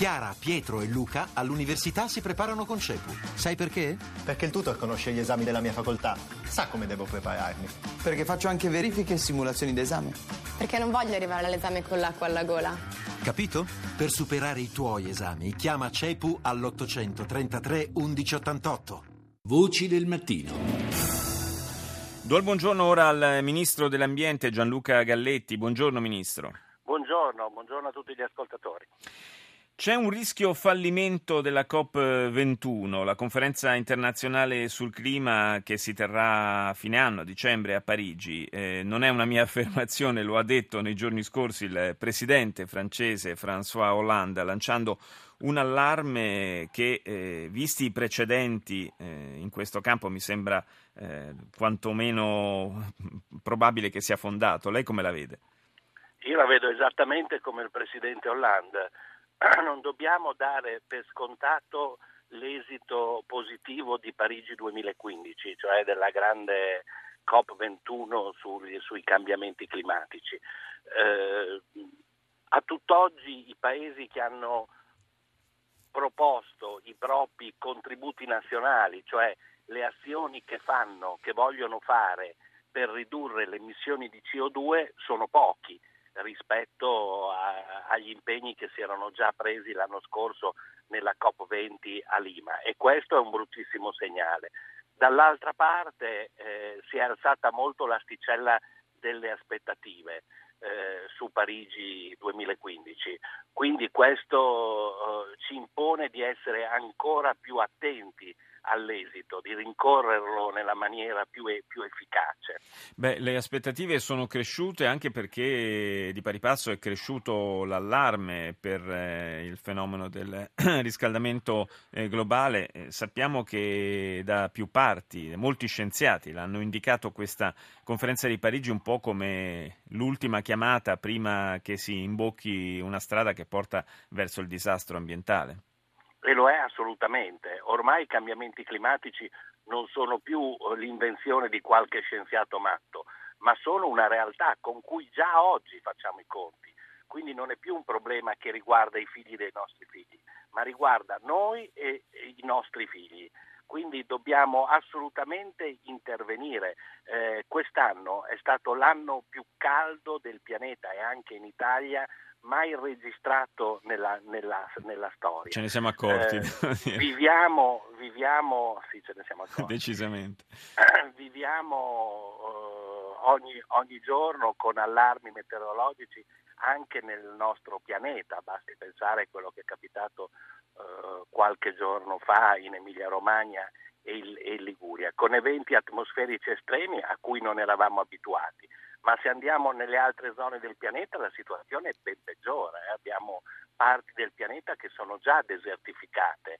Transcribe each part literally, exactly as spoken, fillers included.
Chiara, Pietro e Luca all'università si preparano con CEPU. Sai perché? Perché il tutor conosce gli esami della mia facoltà. Sa come devo prepararmi. Perché faccio anche verifiche e simulazioni d'esame. Perché non voglio arrivare all'esame con l'acqua alla gola. Capito? Per superare i tuoi esami, chiama CEPU all'ottocentotrentatré undici ottantotto. Voci del mattino. Do il buongiorno ora al Ministro dell'Ambiente Gianluca Galletti. Buongiorno Ministro. Buongiorno, buongiorno a tutti gli ascoltatori. C'è un rischio fallimento della COP ventuno, la conferenza internazionale sul clima che si terrà a fine anno, a dicembre a Parigi. Eh, non è una mia affermazione, lo ha detto nei giorni scorsi il presidente francese François Hollande, lanciando un allarme che, eh, visti i precedenti eh, in questo campo, mi sembra eh, quantomeno probabile che sia fondato. Lei come la vede? Io la vedo esattamente come il presidente Hollande. Non dobbiamo dare per scontato l'esito positivo di Parigi duemilaquindici, cioè della grande COP ventuno sui, sui cambiamenti climatici. Eh, a tutt'oggi i paesi che hanno proposto i propri contributi nazionali, cioè le azioni che fanno, che vogliono fare per ridurre le emissioni di C O due, sono pochi rispetto a, agli impegni che si erano già presi l'anno scorso nella COP venti a Lima, e questo è un bruttissimo segnale. Dall'altra parte eh, si è alzata molto l'asticella delle aspettative eh, su Parigi duemilaquindici, quindi questo eh, ci impone di essere ancora più attenti all'esito, di rincorrerlo nella maniera più, e, più efficace. Beh, le aspettative sono cresciute anche perché di pari passo è cresciuto l'allarme per eh, il fenomeno del riscaldamento eh, globale. Eh, sappiamo che da più parti, molti scienziati l'hanno indicato questa conferenza di Parigi un po' come l'ultima chiamata prima che si imbocchi una strada che porta verso il disastro ambientale. E lo è assolutamente. Ormai i cambiamenti climatici non sono più l'invenzione di qualche scienziato matto, ma sono una realtà con cui già oggi facciamo i conti. Quindi non è più un problema che riguarda i figli dei nostri figli, ma riguarda noi e i nostri figli. Quindi dobbiamo assolutamente intervenire. Eh, quest'anno è stato l'anno più caldo del pianeta e anche in Italia mai registrato nella, nella, nella storia. Ce ne siamo accorti. Eh, viviamo, viviamo, sì, ce ne siamo accorti. Decisamente. Viviamo eh, ogni, ogni giorno con allarmi meteorologici anche nel nostro pianeta. Basti pensare a quello che è capitato eh, qualche giorno fa in Emilia-Romagna e, il, e in Liguria, con eventi atmosferici estremi a cui non eravamo abituati. Ma se andiamo nelle altre zone del pianeta la situazione è ben peggiore. Eh? Abbiamo parti del pianeta che sono già desertificate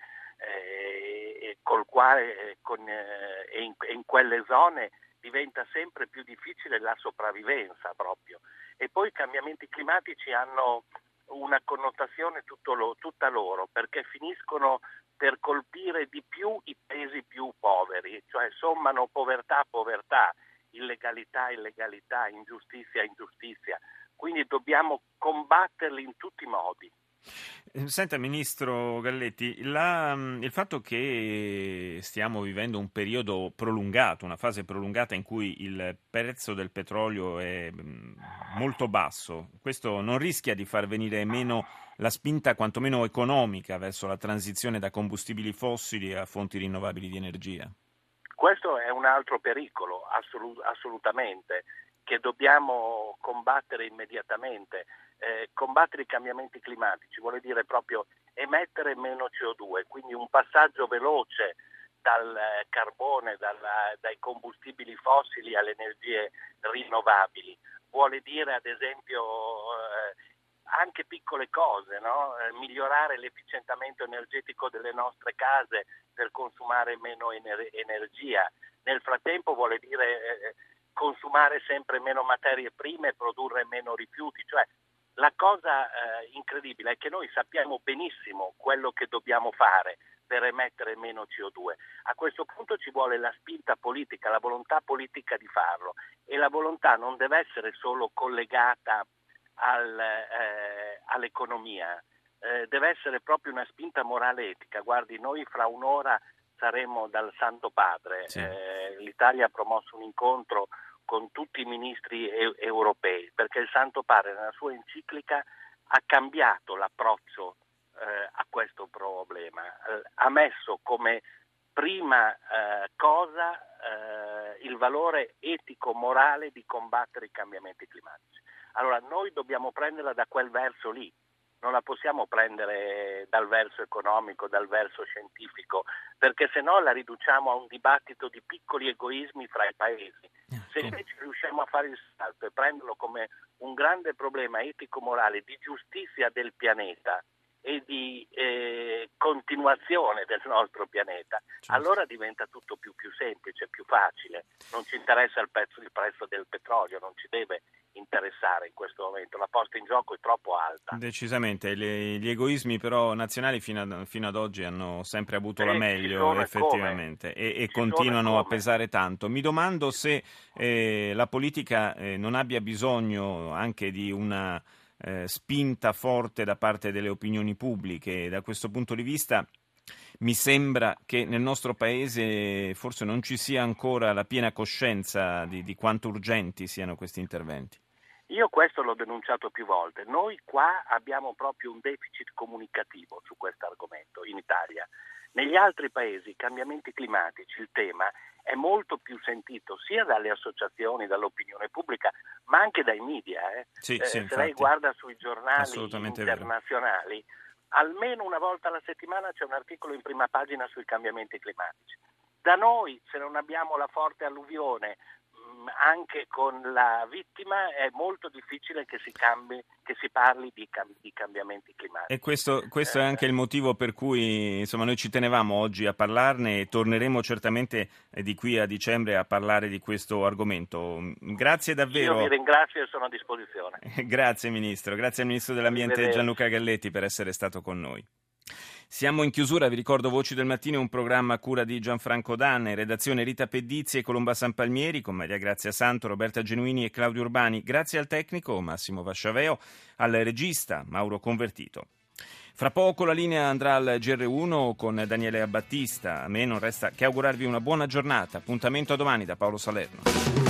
eh, e, col quale, eh, con, eh, e, in, e in quelle zone diventa sempre più difficile la sopravvivenza proprio. E poi i cambiamenti climatici hanno una connotazione tutto lo, tutta loro, perché finiscono per colpire di più i paesi più poveri, cioè sommano povertà a povertà, illegalità, illegalità, ingiustizia, ingiustizia. Quindi dobbiamo combatterli in tutti i modi. Senta, Ministro Galletti, la, il fatto che stiamo vivendo un periodo prolungato, una fase prolungata in cui il prezzo del petrolio è molto basso, questo non rischia di far venire meno la spinta quantomeno economica verso la transizione da combustibili fossili a fonti rinnovabili di energia? Questo è un altro pericolo, assolut- assolutamente, che dobbiamo combattere immediatamente. Eh, combattere i cambiamenti climatici vuole dire proprio emettere meno C O due, quindi un passaggio veloce dal eh, carbone, dalla, dai combustibili fossili alle energie rinnovabili. Vuole dire ad esempio eh, anche piccole cose, no? Eh, migliorare l'efficientamento energetico delle nostre case per consumare meno ener- energia. Nel frattempo vuole dire eh, consumare sempre meno materie prime e produrre meno rifiuti. Cioè, la cosa eh, incredibile è che noi sappiamo benissimo quello che dobbiamo fare per emettere meno C O due. A questo punto ci vuole la spinta politica, la volontà politica di farlo, e la volontà non deve essere solo collegata al, eh, all'economia, eh, deve essere proprio una spinta morale etica. Guardi, noi fra un'ora saremo dal Santo Padre, sì. eh, l'Italia ha promosso un incontro con tutti i ministri e- europei, perché il Santo Padre nella sua enciclica ha cambiato l'approccio eh, a questo problema, eh, ha messo come prima eh, cosa eh, il valore etico-morale di combattere i cambiamenti climatici. Allora noi dobbiamo prenderla da quel verso lì. Non la possiamo prendere dal verso economico, dal verso scientifico, perché se no la riduciamo a un dibattito di piccoli egoismi fra i paesi. Se invece riusciamo a fare il salto e prenderlo come un grande problema etico-morale di giustizia del pianeta e di eh, continuazione del nostro pianeta, certo. allora diventa tutto più, più semplice, più facile. Non ci interessa il, pezzo, il prezzo del petrolio, non ci deve interessare in questo momento, la posta in gioco è troppo alta. Decisamente, Le, gli egoismi però nazionali fino ad, fino ad oggi hanno sempre avuto eh, la meglio effettivamente e, e continuano a pesare tanto. Mi domando se eh, la politica eh, non abbia bisogno anche di una eh, spinta forte da parte delle opinioni pubbliche. Da questo punto di vista mi sembra che nel nostro paese forse non ci sia ancora la piena coscienza di, di quanto urgenti siano questi interventi. Io questo l'ho denunciato più volte. Noi qua abbiamo proprio un deficit comunicativo su questo argomento in Italia. Negli altri paesi i cambiamenti climatici, il tema è molto più sentito sia dalle associazioni, dall'opinione pubblica, ma anche dai media. Eh. Sì, eh, sì, se lei guarda sui giornali internazionali, vero. Almeno una volta alla settimana c'è un articolo in prima pagina sui cambiamenti climatici. Da noi, se non abbiamo la forte alluvione, anche con la vittima, è molto difficile che si cambi, che si parli di, cam- di cambiamenti climatici. E questo, questo è anche il motivo per cui insomma noi ci tenevamo oggi a parlarne e torneremo certamente di qui a dicembre a parlare di questo argomento. Grazie davvero. Io vi ringrazio e sono a disposizione. Grazie Ministro, grazie al Ministro dell'Ambiente Gianluca Galletti per essere stato con noi. Siamo in chiusura, vi ricordo Voci del Mattino, un programma a cura di Gianfranco Danne, redazione Rita Pedizzi e Colomba Sanpalmieri, con Maria Grazia Santo, Roberta Genuini e Claudio Urbani. Grazie al tecnico Massimo Vasciaveo, al regista Mauro Convertito. Fra poco la linea andrà al G R uno con Daniele Battista. A me non resta che augurarvi una buona giornata. Appuntamento a domani da Paolo Salerno.